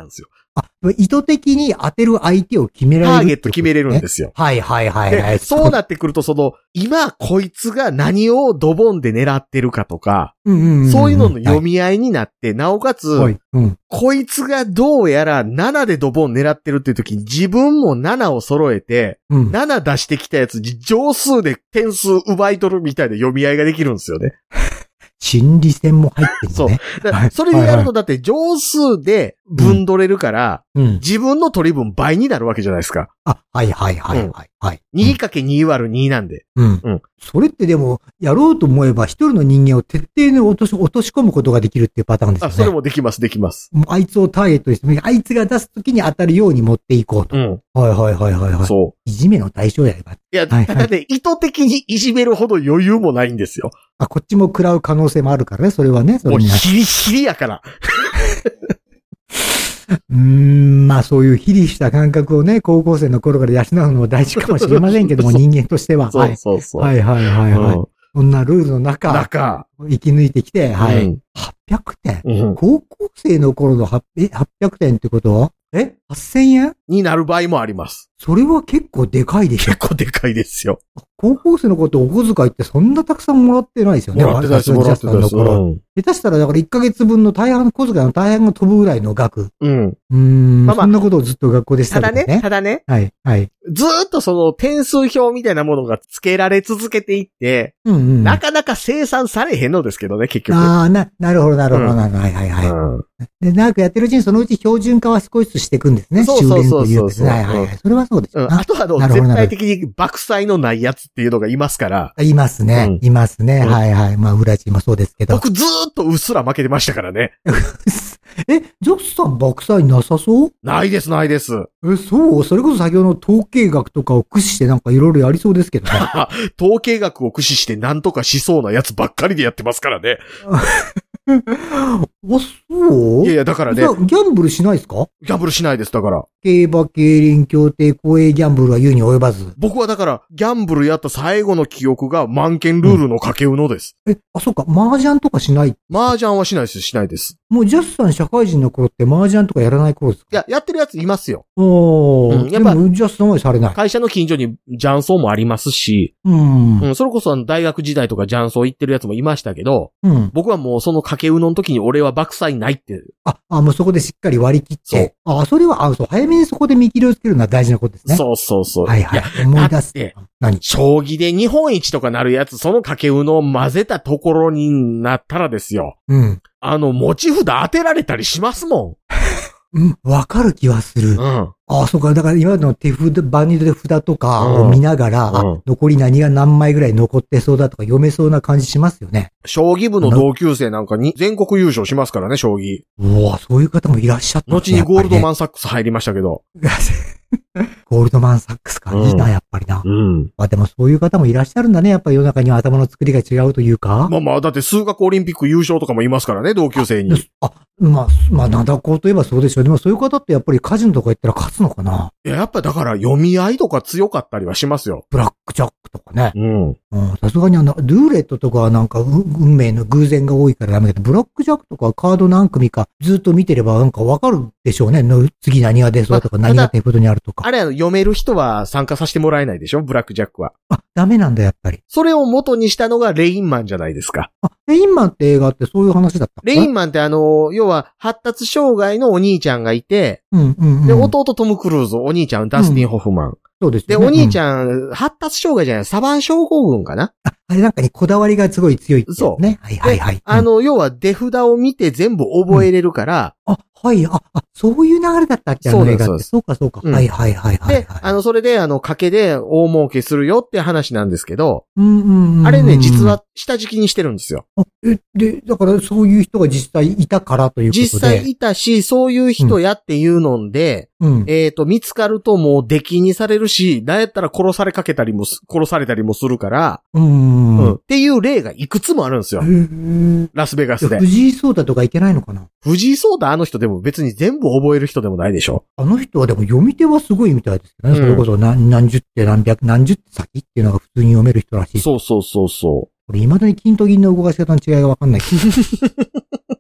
あ、意図的に当てる相手を決められる、 ターゲット決めれるんですよ。 はいはいはいはい。 で、そうなってくると、その、今、こいつが何をドボンで狙ってるかとか、 うんうんうん、 そういうのの読み合いになって、はい、なおかつ、はいうん、こいつがどうやらななでドボン狙ってるっていう時に自分もななを揃えて、うん、なな出してきたやつに上数で点数奪い取るみたいな読み合いができるんですよね。 心理戦も入ってるんだね。 そう。それでやるとだって上数で分取れるから、うん、自分の取り分倍になるわけじゃないですか。 あ、はいはいはいはい、はい。 にかけに 割るになんで。 うん。うん。それってでも、やろうと思えば一人の人間を徹底に落とし、落とし込むことができるっていうパターンですよね。 あ、それもできます、できます。 もうあいつをターゲットにして、あいつが出すときに当たるように持っていこうと。うん。はいはいはいはいはい。そう。いじめの対象やれば。 いや、ただね、意図的にいじめるほど余裕もないんですよ。 あ、こっちも食らう可能性もあるからね、それはね。 もうヒリヒリやから。 うーん、まあそういうヒリした感覚をね、高校生の頃から養うのも大事かもしれませんけども、人間としては。 そうそうそう。 はいはいはいはい。うん、そんなルールの中、 中生き抜いてきて、はい。うん、はっぴゃくてん、うん、高校生の頃のはっぴゃくてんってことはえ ?はっせんえんになる場合もあります。 それは結構でかいでしょ。 結構でかいですよ。 高校生の子ってお小遣いってそんなたくさんもらってないですよね。 もらってないです、もらってないです。 下手したらだからいっかげつぶんの大半、小遣いの大半が飛ぶぐらいの額。 うん。 うーん。まあまあ、そんなことをずっと学校でしたけどね。 ただね、ただね。 はい、はい。 ずーっとその点数表みたいなものが付けられ続けていって、 うんうん、 なかなか生産されへんのですけどね、結局。 ああ、な、なるほど、なるほど、うん、はいはいはい。うん、で、長くやってるうちにそのうち標準化は少しずつしていくんですね。 そうそうそうそうそう。 はいはいはい。それはそうです。 うん、あとはあの、絶対的に爆災のないやつっていうのがいますから。 いますね。うん、いますね。うん、はいはい。まあ、裏地もそうですけど。 僕ずーっとうっすら負けてましたからね。 え、ジョスさん爆災なさそうないです、ないです。 え、そうそれこそ先ほどの統計学とかを駆使してなんかいろいろやりそうですけどね。 統計学を駆使してなんとかしそうなやつばっかりでやってますからね。 あ、そういやいや、だからね。 ギャンブルしないですか？ ギャンブルしないです、だから。 競馬、競輪、競艇、公営ギャンブルは言うに及ばず。 僕はだから、ギャンブルやった最後の記憶が満件ルールの掛けうのです。 うん、え、あ、そうか、麻雀とかしない？ 麻雀はしないです、しないです。 もうジャスさん社会人の頃って麻雀とかやらない頃ですか？ いや、やってるやついますよ。 おー。うん、やっぱ、でもジャスさんはされない。 会社の近所に雀荘もありますし、 うん。 うん、それこそあの大学時代とか雀荘行ってるやつもいましたけど、 うん。 僕はもうその掛けうの時に俺は爆災ないって。 あ、あ、もうそこでしっかり割り切って。あ、それは、あ、そう、早めにそこで見切りをつけるのは大事なことですね。 そうそうそう。 はいはい。いや、思い出す。 何？将棋で日本一とかなるやつ、その掛けうのを混ぜたところになったらですよ。 うん。 あの、持ち札当てられたりしますもん。うん、わかる気はする。 うん。 ああ、そうか。だから今の手札、バニーで札とかを見ながら、うん、残り何が何枚ぐらい残ってそうだとか読めそうな感じしますよね。 将棋部の同級生なんかに全国優勝しますからね、将棋。 うわ、そういう方もいらっしゃった、 ね。後にゴールドマンサックス入りましたけど。 ゴールドマンサックスか。いいな、やっぱりな。 うん。 あ、でもそういう方もいらっしゃるんだね。やっぱり世の中には頭の作りが違うというか。 まあまあ、だって数学オリンピック優勝とかもいますからね、同級生に。 あ、まあ、まあ、なんだこうといえばそうでしょう。でもそういう方ってやっぱりカジノとか行ったら勝つのかな？ いや、やっぱだから読み合いとか強かったりはしますよ。 ブラックジャックとかね。 うん。 さすがにあの、ルーレットとかはなんか運命の偶然が多いからダメだけど、ブラックジャックとかカード何組かずっと見てればなんかわかるでしょうね。次何が出そうとか何が手札にあるとか。 あれあの、読める人は参加させてもらえないでしょ？ブラックジャックは。 あ、ダメなんだやっぱり。 それを元にしたのがレインマンじゃないですか。 あ、レインマンって映画ってそういう話だった？ レインマンってあの、要は発達障害のお兄ちゃんがいて、 うんうんうん、 で、弟トム・クルーズ、お兄ちゃんダスティン・ホフマン。うん、 そうですね。 で、お兄ちゃん、うん、発達障害じゃない、サバン症候群かな？ あ、あれなんかにこだわりがすごい強いって、ね。そう。はいはいはい。 あの、要は出札を見て全部覚えれるから、 うん、あ、はい、あ、あ、そういう流れだったっけ？あの映画って。そうかそうか。うん、はいはいはいはい、はい。 で、あの、それで、あの、賭けで大儲けするよって話なんですけど、 うんうんうん、 あれね、実は下敷きにしてるんですよ。 あ、え、で、だからそういう人が実際いたからということで。 実際いたし、そういう人やっていうので、 うん、 えっと、見つかるともう出禁にされるし、なんやったら殺されかけたりも、殺されたりもするから、 うん、 うん。っていう例がいくつもあるんですよ。ラスベガスで。 藤井聡太とかいけないのかな？ 藤井聡太あの人でも別に全部覚える人でもないでしょ。 あの人はでも読み手はすごいみたいですけどね。うん、それこそ何、何十手何百、何十手先っていうのが普通に読める人らしい。 そうそうそうそう。 これ未だに金と銀の動かし方の違いがわかんない。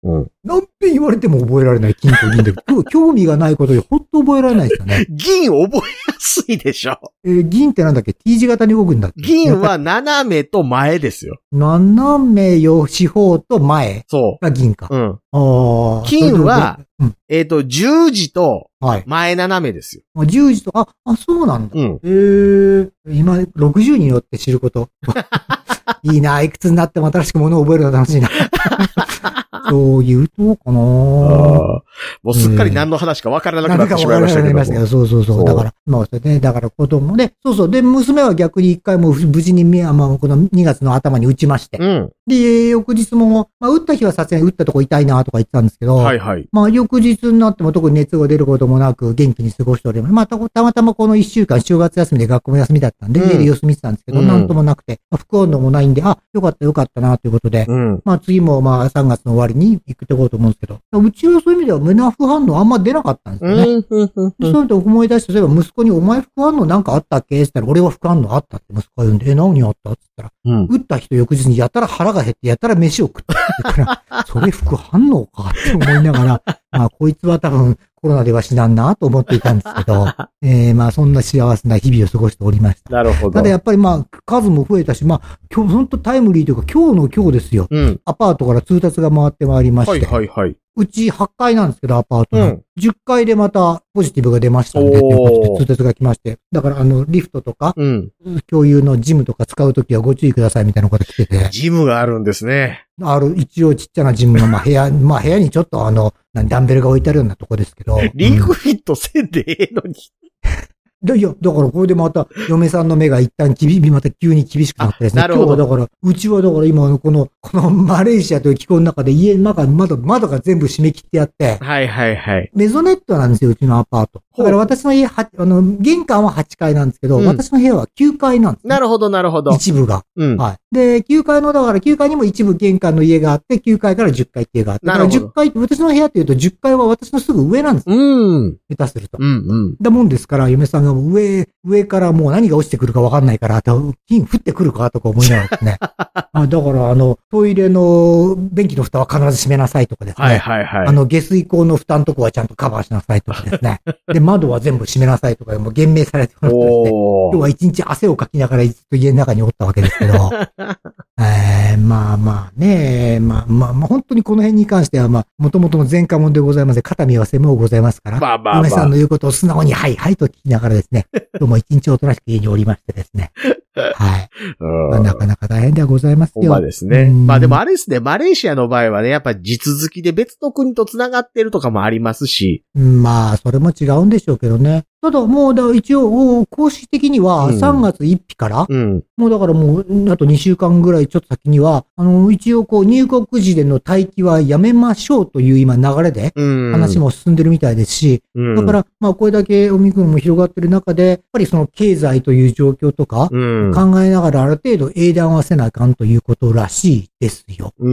うん。 何遍言われても覚えられない金と銀で、興味がないことでほんと覚えられないですよね。 銀覚えやすいでしょ。 えー、銀ってなんだっけ ?T 字型に動くんだっけ？ 銀は斜めと前ですよ。 斜めよ、四方と前そう。 が銀か。 うん。 あ金は、 うん、 えっと、十字とはい。 前斜めですよ。 十字と、あ、あ、そうなんだ。 うん。 へー、今、ろくじゅうによって知ること。いいな、いくつになっても新しくものを覚えるの楽しいな。そういうとかなぁ。 もうすっかり何の話か分からなくなってしまいましたけども。 そうそうそう。だから、まあ、それで、だから子供で、そうそう。で、娘は逆に一回も無事に、まあ、このにがつの頭に打ちまして。 うん。 で、翌日も、まあ、打った日はさすがに打ったとこ痛いなとか言ってたんですけど。 はいはい。 まあ、翌日になっても特に熱が出ることもなく元気に過ごしております。まあ、た、たまたまこのいっしゅうかん正月休みで学校も休みだったんで、うん、家で様子見てたんですけど、うん、なんともなくて、まあ、副反応もないんで、あ、よかったよかったなということで、うん、まあ、次もまあ、さんがつの終わりに行ってこうと思うんですけど、うちはそういう意味では胸副反応あんま出なかったんですよね。うん、そういうのを思い出して、例えば息子にお前副反応なんかあったっけって言ったら、俺は副反応あったって息子が言うんで、え、何あったって言ったら、うん、打った日と翌日にやったら腹が減って、やったら飯を食ったって言うから、それ副反応かって思いながら、まあ、こいつは多分コロナでは死なんなと思っていたんですけど、えー、まあ、そんな幸せな日々を過ごしておりました。 なるほど。 ただやっぱりまあ、数も増えたし、まあ、今日、ほんとタイムリーというか、今日の今日ですよ。うん。アパートから通達が回ってまいりまして。はいはいはい。うちはちかいなんですけど、アパートの。うん、じゅっかいでまたポジティブが出ましたんで、ということで通達が来まして。だから、あの、リフトとか、うん、共有のジムとか使うときはご注意くださいみたいなこと来てて。 ジムがあるんですね。 ある、一応ちっちゃなジムの、まあ部屋、まあ部屋にちょっとあの、ダンベルが置いてあるようなとこですけど。 リングフィットせんでええのに。 いや、だからこれでまた、嫁さんの目が一旦厳し、また急に厳しくなってですね。なるほど。今日はだから、うちはだから今、この、このマレーシアという気候の中で家の中、窓、窓が全部閉め切ってあって。 はいはいはい。 メゾネットなんですよ、うちのアパート。だから私の家、は、あの、玄関ははちかいなんですけど、うん、私の部屋はきゅうかいなんです、ね。 なるほどなるほど。 一部が。 うん。 はい。で、きゅうかいの、だからきゅうかいにも一部玄関の家があって、きゅうかいからじゅっかいって家があって。だからじゅっかい、私の部屋って言うとじゅっかいは私のすぐ上なんです。 うん。 下手すると。 うんうん。 だもんですから、嫁さんが上、上からもう何が落ちてくるかわかんないから、金降ってくるかとか思いながらですね。あだから、あの、トイレの便器の蓋は必ず閉めなさいとかですね。 はいはいはい。 あの、下水口の蓋のとこはちゃんとカバーしなさいとかですね。で、窓は全部閉めなさいとか、もう厳命されてもらってですね。今日は一日汗をかきながらずっと家の中におったわけですけど。えー、まあまあね、まあまあまあ、本当にこの辺に関しては、まあ、元々の前科者でございません。肩身は狭うございますから。まあまあまあ。嫁さんの言うことを素直に、はいはいと聞きながらですね。今日も一日おとなしく家におりましてですね。はい。まあ、なかなか大変ではございますよ。 まあですね。まあでもあれですね、マレーシアの場合はね、やっぱり地続きで別の国と繋がってるとかもありますし。 まあ、それも違うんでしょうけどね。ただもう、だ一応、公式的にはさんがつついたちから、うん、もうだからもう、あとにしゅうかんぐらいちょっと先には、あの、一応こう入国時での待機はやめましょうという今流れで、話も進んでるみたいですし、うん、だから、まあこれだけオミクロンも広がってる中で、やっぱりその経済という状況とか、考えながらある程度英断はせなあかんということらしいですよ。 うん。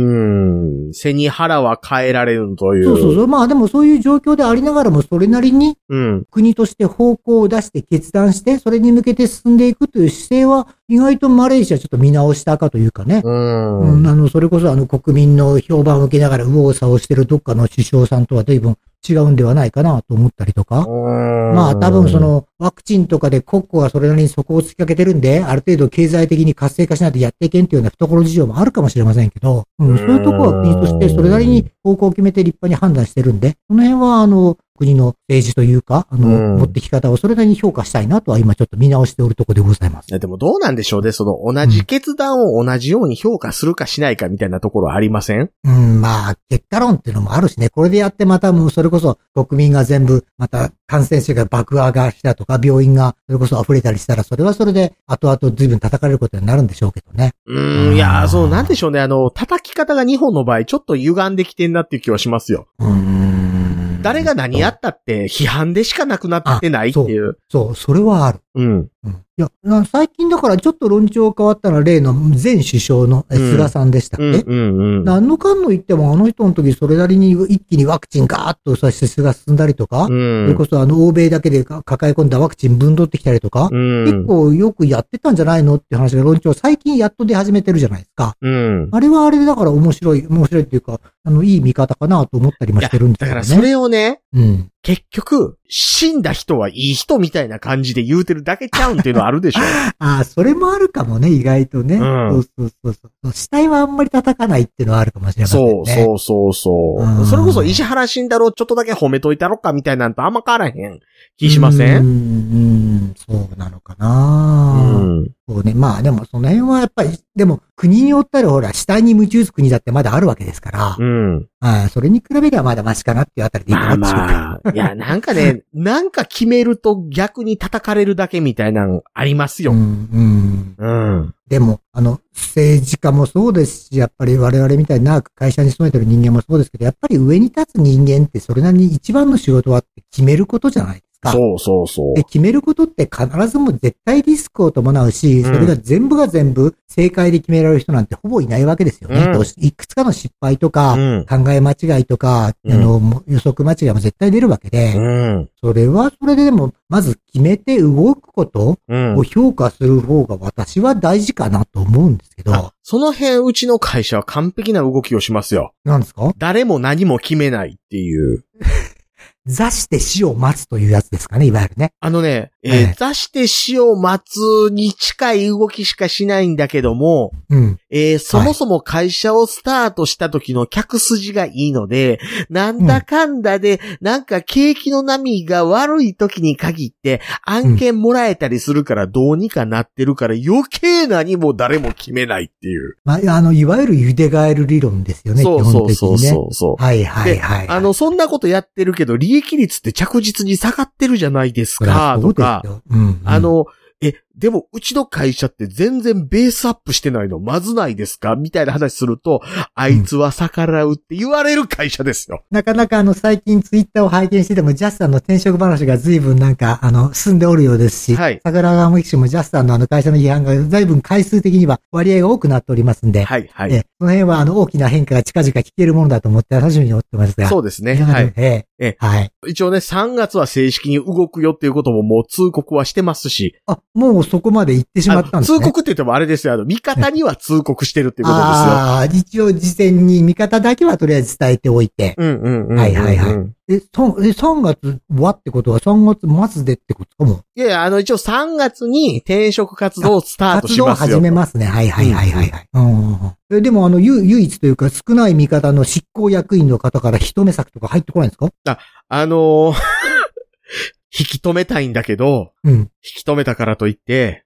背に腹は変えられるという。 そうそうそう。まあでもそういう状況でありながらもそれなりに、国として方向を出して決断して、それに向けて進んでいくという姿勢は、意外とマレーシアちょっと見直したかというかね。うん。うん、あの、それこそあの国民の評判を受けながら右往左往してるどっかの首相さんとは随分違うんではないかなと思ったりとか。まあ多分そのワクチンとかで国庫がそれなりに底を突きかけてるんで、ある程度経済的に活性化しないとやっていけんというような懐事情もあるかもしれませんけど、うん、そういうところは国としてそれなりに方向を決めて立派に判断してるんで、その辺はあの、国の政治というか、あの、持ってき方をそれなりに評価したいなとは今ちょっと見直しておるところでございます。 でもどうなんでしょうね。その同じ決断を同じように評価するかしないかみたいなところありません？ うん、まあ、結果論っていうのもあるしね。これでやってまたもうそれこそ国民が全部また感染者が爆上がりしたとか、病院がそれこそ溢れたりしたら、それはそれで後々随分叩かれることになるんでしょうけどね。 うーん、いや、そうなんでしょうね。あの、叩き方が日本の場合ちょっと歪んできてんなっていう気はしますよ。うーん。誰が何やったって批判でしかなくなってないっていう。 そう、そう、それはある。 うん。うん。 いや、最近だからちょっと論調変わったのは例の前首相の菅さんでしたっけ、うんうんうんうん、何のかんの言ってもあの人の時それなりに一気にワクチンガーッとさしてが進んだりとか、うん、それこそあの欧米だけで抱え込んだワクチン分取ってきたりとか、うん、結構よくやってたんじゃないのっていう話が論調最近やっと出始めてるじゃないですか。うん、あれはあれでだから面白い、面白いっていうか、あの、いい見方かなと思ったりもしてるんですけどね。 だからそれをね、うん、結局、死んだ人はいい人みたいな感じで言うてるだけちゃうんっていうのはあるでしょ。 ああ、それもあるかもね、意外とね。うん、そうそうそうそう。死体はあんまり叩かないっていうのはあるかもしれませんね。 そうそうそうそう。うん、それこそ石原慎太郎ちょっとだけ褒めといたろかみたいなんとあんま変わらへん気しません？ うん、うん、そうなのかな。うん。そうね。まあでもその辺はやっぱり、でも国によったらほら死体に夢中打つ国だってまだあるわけですから。うん。ああ、それに比べればまだマシかなっていうあたりでいいかなっていうか。まあまあ、いや、なんかね、なんか決めると逆に叩かれるだけみたいなのありますよ。うん。 うん。うん。でも、あの、政治家もそうですし、やっぱり我々みたいに長く会社に勤めてる人間もそうですけど、やっぱり上に立つ人間ってそれなりに一番の仕事はって決めることじゃないですか。 そうそうそう。 で、決めることって必ずも絶対リスクを伴うし、それが全部が全部正解で決められる人なんてほぼいないわけですよね。うん、いくつかの失敗とか、うん、考え間違いとか、うん、あの、予測間違いも絶対出るわけで、うん、それはそれででも、まず決めて動くことを評価する方が私は大事かなと思うんですけど。うん、 その辺うちの会社は完璧な動きをしますよ。 何ですか？ 誰も何も決めないっていう。 座して死を待つというやつですかね、いわゆるね。 あのね、えーはい、座して死を待つに近い動きしかしないんだけども、うん、えー、そもそも会社をスタートした時の客筋がいいので、なんだかんだで、なんか景気の波が悪い時に限って案件もらえたりするからどうにかなってるから余計何も誰も決めないっていう。 まあ、あの、いわゆるゆでガエル理論ですよね、 そうそうそうそうそう。 はいはいはい、はい。 あの、そんなことやってるけど、利益率って着実に下がってるじゃないですか、とか、うんうん、あの、え、でも、うちの会社って全然ベースアップしてないのまずないですかみたいな話すると、あいつは逆らうって言われる会社ですよ。 なかなかあの、最近ツイッターを拝見してても、ジャスさんの転職話が随分なんか、あの、進んでおるようですし、はい。逆らうもしもジャスさんのあの会社の批判が随分回数的には割合が多くなっておりますんで、はい、はい。え、その辺はあの、大きな変化が近々聞けるものだと思って楽しみに思ってますが。 そうですね。はい。 ええ、はい。 一応ね、さんがつは正式に動くよっていうことももう通告はしてますし。 あ、もうそこまで行ってしまったんですね。 通告って言ってもあれですよ。あの、味方には通告してるっていうことですよ。 ああ、一応事前に味方だけはとりあえず伝えておいて。うんうんうん。はいはいはい。え、さんがつはってことはさんがつ末でってことかも。 いやいや、あの、一応さんがつに転職活動をスタートしますよ。 活動を始めますね。はいはいはいはい、はい。うん。でもあの、唯一というか少ない味方の執行役員の方から一目作とか入ってこないんですか？ あ、あのー、引き止めたいんだけど、うん、引き止めたからといって、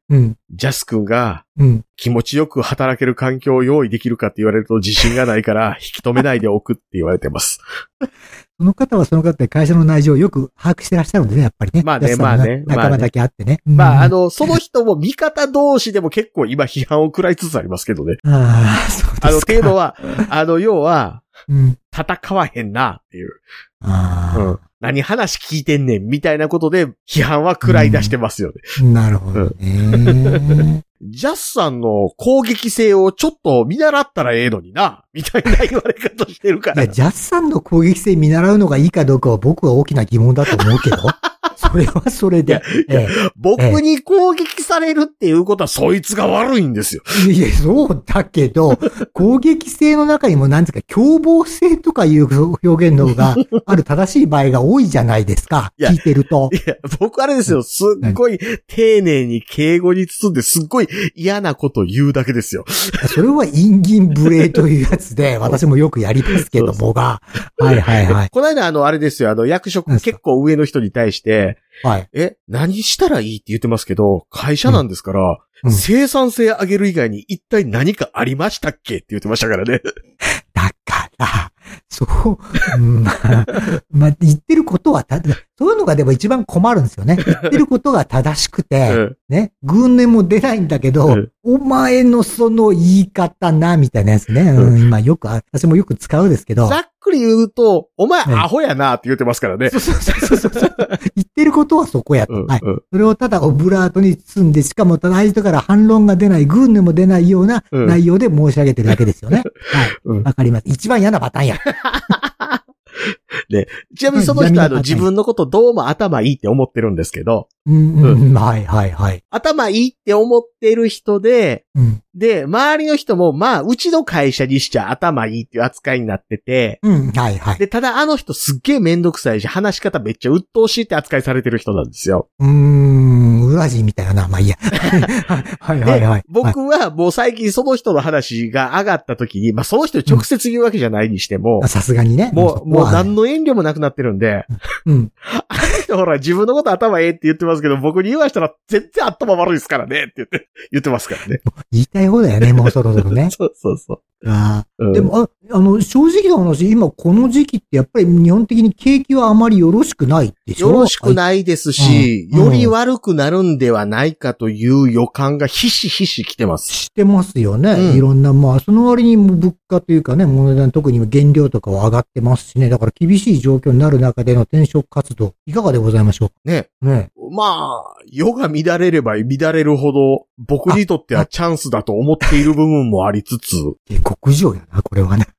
うん、ジャス君が、うん、気持ちよく働ける環境を用意できるかって言われると自信がないから引き止めないでおくって言われてます。 その方はその方で会社の内情をよく把握してらっしゃるんでね、やっぱりね。 まあね、まあね。 仲間だけあってね。 まあ、ねまあ、あの、その人も味方同士でも結構今批判を食らいつつありますけどね。 ああ、そうですか。 あの、程度は、あの、要は、うん、戦わへんなっていう。あうん。何話聞いてんねんみたいなことで批判は食らい出してますよね。 うん、なるほどね。うんジャスさんの攻撃性をちょっと見習ったらええのにな、みたいな言われ方してるから。 いや、ジャスさんの攻撃性見習うのがいいかどうかは僕は大きな疑問だと思うけど。それはそれで。いやいやええ、僕に攻撃されるっていうことはそいつが悪いんですよ。 いや、そうだけど、攻撃性の中にも何ですか、凶暴性とかいう表現のがある正しい場合が多いじゃないですか。聞いてると。 いや、僕あれですよ。すっごい丁寧に敬語に包んですっごい嫌なこと言うだけですよ。 それは陰銀無礼というやつで、私もよくやりますけどもが。はいはいはい。 この間あの、あれですよ。あの、役職結構上の人に対して、はい。え、何したらいいって言ってますけど、会社なんですから、うんうん、生産性上げる以外に一体何かありましたっけって言ってましたからね。 だから、そう、まあ、まあ、言ってることはた、そういうのがでも一番困るんですよね。言ってることが正しくて、うん、ね、群念も出ないんだけど、うん、 お前のその言い方な、みたいなやつね。うん、今よく、私もよく使うですけど。 ざっくり言うと、お前アホやなって言ってますからね。 そうそうそうそう。言ってることはそこやと。うんうん、はい。それをただオブラートに包んで、しかもただ相手から反論が出ない、グーでも出ないような内容で申し上げてるだけですよね。うん、はい。わ、うん、かります。一番嫌なパターンや。 で、ちなみにその人はあの自分のことどうも頭いいって思ってるんですけど。 うん、うん、はいはいはい。 頭いいって思ってる人で、うん、で、周りの人もまあ、うちの会社にしちゃ頭いいっていう扱いになってて、 うん、はいはい。 で、ただあの人すっげえめんどくさいし、話し方めっちゃ鬱陶しいって扱いされてる人なんですよ。 うーん、ウラジみたいな、まあいいや。はいはいはい。 僕はもう最近その人の話が上がった時に、まあその人に直接言うわけじゃないにしても、 さすがにね。 もう、もう何の遠慮もなくなってるんで、うん。あの人ほら自分のこと頭ええって言ってますけど、僕に言わしたら全然頭悪いですからねって言って、言ってますからね。 言いたい方だよね、もうそろそろね。 そうそうそう。 あうん、でも、あ、あの、正直な話、今この時期ってやっぱり日本的に景気はあまりよろしくないでしょ？ よろしくないですし、うん、より悪くなるんではないかという予感がひしひし来てます。 してますよね。うん、いろんな、まあ、その割にも物価というかね、物値特に原料とかは上がってますしね。だから厳しい状況になる中での転職活動、いかがでございましょうか？ ね。 ね。 まあ、世が乱れれば乱れるほど、僕にとってはチャンスだと思っている部分もありつつ。 下克上やな、これはね。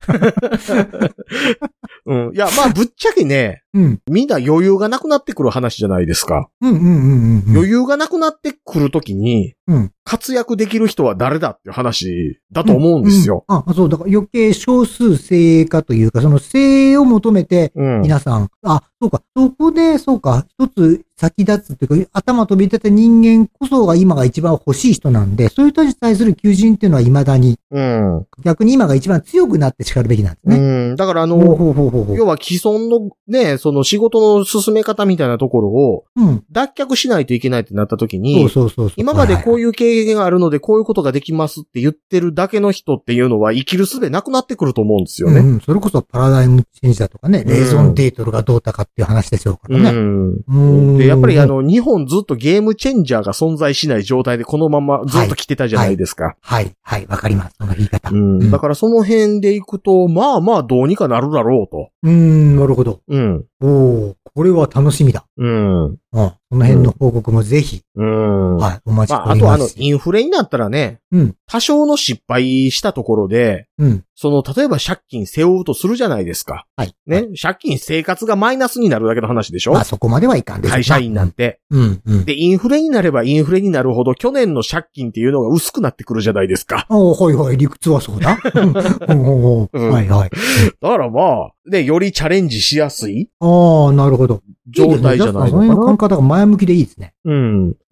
うん。いや、まあ、ぶっちゃけね、うん、みんな余裕がなくなってくる話じゃないですか。 うんうんうんうんうん、 余裕がなくなってくるときに、うん、活躍できる人は誰だっていう話だと思うんですよ。 うんうん、あ、そう、だから余計少数精鋭化というか、その精鋭を求めて、皆さん、うん、あ、そうか、そこで、そうか、一つ先立つというか、頭飛び出た人間こそが今が一番欲しい人なんで、そういう人に対する求人っていうのは未だに、うん、逆に今が一番強くなって叱るべきなんですね。 うん、だからあの、ほうほうほうほう、要は既存のね、その仕事の進め方みたいなところを、脱却しないといけないってなった時に、 そうそうそうそう、 今までこういう経験があるので、こういうことができますって言ってるだけの人っていうのは生きる術なくなってくると思うんですよね。 うん、それこそパラダイムチェンジだとかね、レーゾンデートルがどうだかっていう話でしょうからね。うん。 うんで、やっぱりあの、日本ずっとゲームチェンジャーが存在しない状態でこのままずっと来てたじゃないですか。 はい、はい、はい、わ、はい、かります。その言い方。 うん。うん、だからその辺でいくと、まあまあどうにかなるだろうと。 うーん、なるほど。 うん。 おー、これは楽しみだ。 うん。 うん。その辺の報告もぜひ。 うん。 はい、お待ちしております。まあ、 あとあの、インフレになったらね、 うん。 多少の失敗したところで、 うん。 その、例えば借金背負うとするじゃないですか。 はい。 ね。借金生活がマイナスになるだけの話でしょ？ まあそこまではいかんです。 会社員なんて。 うん、うん。 で、インフレになればインフレになるほど去年の借金っていうのが薄くなってくるじゃないですか。 ああ、はいはい。理屈はそうだ。うん、うん、はいはい。 だからまあ、で、よりチャレンジしやすい。 ああ、なるほど。 状態じゃないのかな。 そういう考え方が前向きでいいですね。 うん。 うん。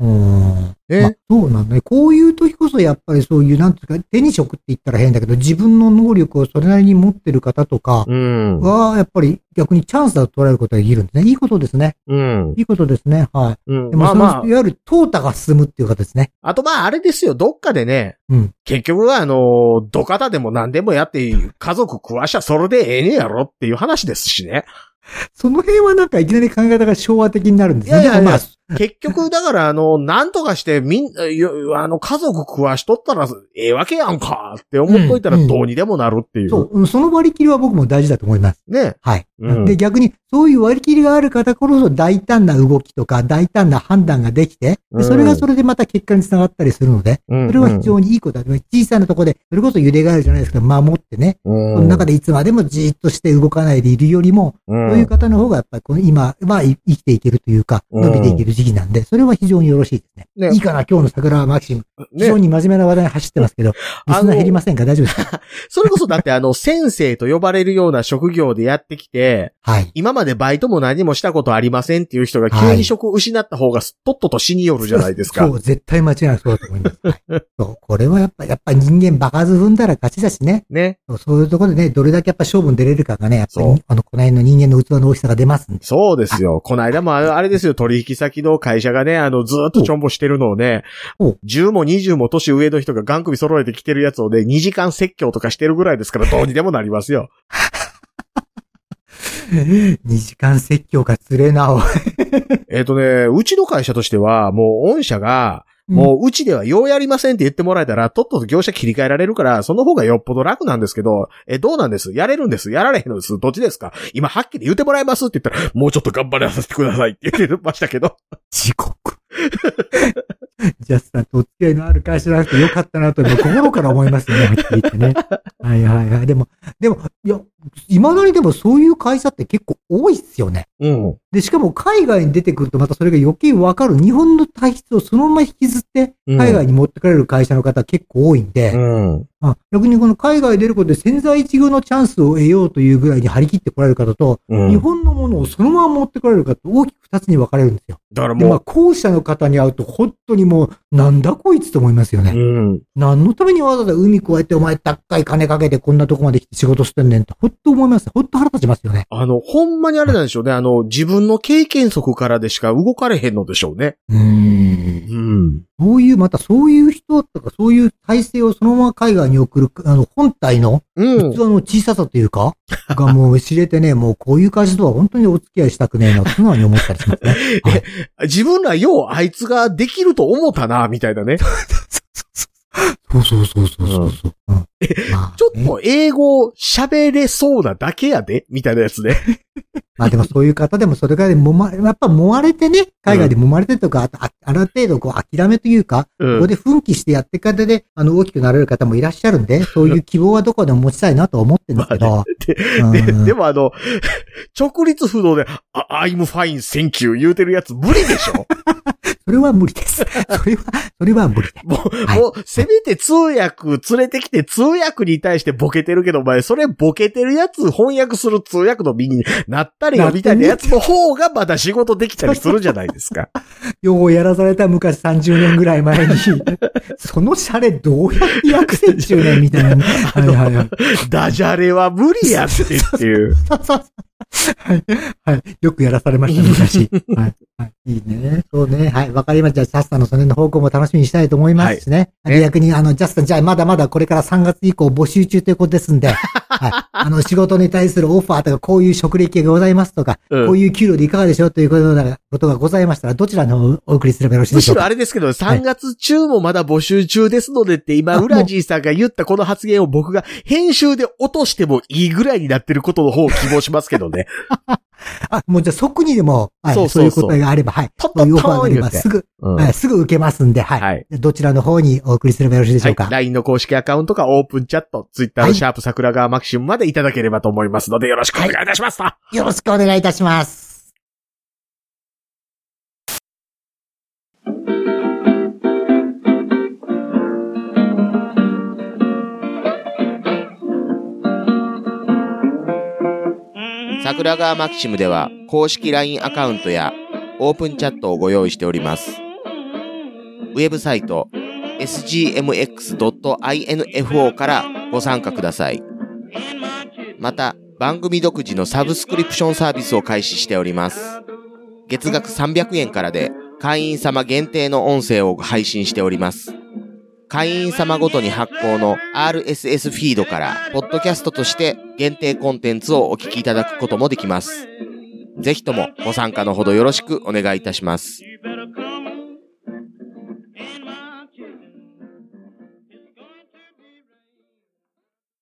え、 まあ、そうなんだね。こういう時こそやっぱりそういう、なんていうか、手に職って言ったら変だけど、自分の能力をそれなりに持ってる方とかは、やっぱり逆にチャンスだと捉えることができるんですね。いいことですね。 うん。 いいことですね。はい。 うん。 でも、まあまあ、いわゆる淘汰が進むっていうことですね。 あとまあ、あれですよ。どっかでね。 うん。 結局はあの、どかたでも何でもやって家族食わしゃそれでええねやろっていう話ですしね。 その辺はなんかいきなり考え方が昭和的になるんですね。 いやいやいや、まあ、結局だからあの、なんとかしてみんな、あの、家族食わしとったらええわけやんかって思っといたらどうにでもなるっていう。 うんうん、そう、その割り切りは僕も大事だと思います。 ね。 はい。 うん、 で、逆にそういう割り切りがある方こそ大胆な動きとか大胆な判断ができて、それがそれでまた結果につながったりするので、うん、それは非常にいいことだ。小さなところで、それこそ揺れがあるじゃないですか、守ってね。うん、その中でいつまでもじーっとして動かないでいるよりも、うん、そういう方の方がやっぱりこの今は生きていけるというか、伸びていける時期なんで、それは非常によろしいですね。ね、いいかな、今日の桜マキシム。非常に真面目な話題に走ってますけど、リスナー減りませんか？大丈夫ですか？ それこそだってあの、先生と呼ばれるような職業でやってきて、 はい。 今までバイトも何もしたことありませんっていう人が急に職を失った方がとっとと死によるじゃないですか。 そう、そう絶対間違いなくそうだと思います。はい、そう、これはやっぱ、やっぱ人間場数踏んだら勝ちだしね。 ね。 そう、そういうところでね、どれだけやっぱ勝負に出れるかがね、やっぱり、あの、この辺の人間の器の大きさが出ますんで。 そうですよ。この間もあれですよ、取引先の会社がね、あの、ずーっとちょんぼしてるのをね、じゅうもにじゅうも年上の人がガン首揃えてきてるやつをね、にじかん説教とかしてるぐらいですから、どうにでもなりますよ。 にじかん説教がつれなお。 えっとね、うちの会社としては、もう御社が、 もううちではようやりませんって言ってもらえたら、とっとと業者切り替えられるから、その方がよっぽど楽なんですけど、え、どうなんです？やれるんです？やられへんのです？どっちですか？今はっきり言ってもらえますって言ったら、もうちょっと頑張らさせてくださいって言ってましたけど。 地獄。ジャスさんとお付き合いのある会社じゃなくてよかったなと心から思いますよね、はっきり言ってね。はいはいはい。でも、でも、いや、未だにでもそういう会社って結構多いっすよね。 うん。 で、しかも海外に出てくるとまたそれが余計わかる。日本の体質をそのまま引きずって海外に持ってかれる会社の方結構多いんで、うん、あ逆にこの海外出ることで潜在一遇のチャンスを得ようというぐらいに張り切ってこられる方と、うん、日本のものをそのまま持ってこられる方と大きく二つに分かれるんですよ。 だからもう。 まあ、後者の方に会うと本当にもう、なんだこいつと思いますよね。うん、何のためにわざわざ海越えてお前高い金かけてこんなとこまで来て仕事してんねんと、ほんと思います。ほんと腹立ちますよね。 あの、ほんまにあれなんでしょうね。あの、自分の経験則からでしか動かれへんのでしょうね。うーん。うん。そういう、またそういう人とかそういう体制をそのまま海外に送る、あの、本体の、器の小ささというか、うん、がもう知れてね、もうこういう会社とは本当にお付き合いしたくねえな、素直に思ったりしますね。はい、自分らようあいつができると思ったな、みたいなね。 そうそうそうそうそうそう。うんうんえ、まあ、ちょっと英語喋れそうなだけやでみたいなやつね。 まあでもそういう方でもそれからもま、やっぱ揉まれてね、海外で揉まれてとか、あとあある程度こう諦めというか、うん、ここで奮起してやっていく方で、あの、大きくなれる方もいらっしゃるんで、そういう希望はどこでも持ちたいなと思ってるんですけど。まあね、で, で, でもあの、直立不動で、I'm fine, thank you 言うてるやつ無理でしょそれは無理です。それは、それは無理です。 もう、はい、もう、せめて通訳連れてきて通訳に対してボケてるけど、お前、それボケてるやつ翻訳する通訳の身になったりよみたいなやつの方がまだ仕事できたりするじゃないですか。 ようやらされた昔さんじゅうねんぐらい前に、そのシャレどうやって訳せんちゅうねんみたいな。はいはいはい。 ダジャレは無理やってっていう。そうそうそう。 はい。はい。よくやらされました、昔。はい。はい。いいね。そうね。はい。わかりました。じゃあ、ジャスさんのその方向も楽しみにしたいと思いますしね。はい、逆に、あの、ジャスさん、じゃあ、まだまだこれからさんがつ以降募集中ということですんで、はい。あの、仕事に対するオファーとか、こういう職歴がございますとか、うん、こういう給料でいかがでしょうということがございましたら、どちらのお送りすればよろしいでしょうか。 むしろあれですけど、さんがつ中もまだ募集中ですのでって、今、ウラジーさんが言ったこの発言を僕が編集で落としてもいいぐらいになってることの方を希望しますけどね。 あ、もうじゃあ即にでも、はい、そうそうそうそういうことがあれば、はい。 とっとっとそういうオファーがあればすぐ、うんはい、すぐ受けますんで、はい。はい、どちらの方にお送りすればよろしいでしょうか。 はい、ライン の公式アカウントかオープンチャット、Twitter のシャープ桜川マキシムまでいただければと思いますので、よろしくお願いいたしますと、はい。 よろしくお願いいたします。 桜川マキシムでは公式 ライン アカウントやオープンチャットをご用意しております。ウェブサイト エスジーエムエックスドットアイエヌエフオー からご参加ください。また番組独自のサブスクリプションサービスを開始しております。月額さんびゃくえんからで会員様限定の音声を配信しております。会員様ごとに発行の アールエスエス フィードからポッドキャストとして限定コンテンツをお聞きいただくこともできます。ぜひともご参加のほどよろしくお願いいたします。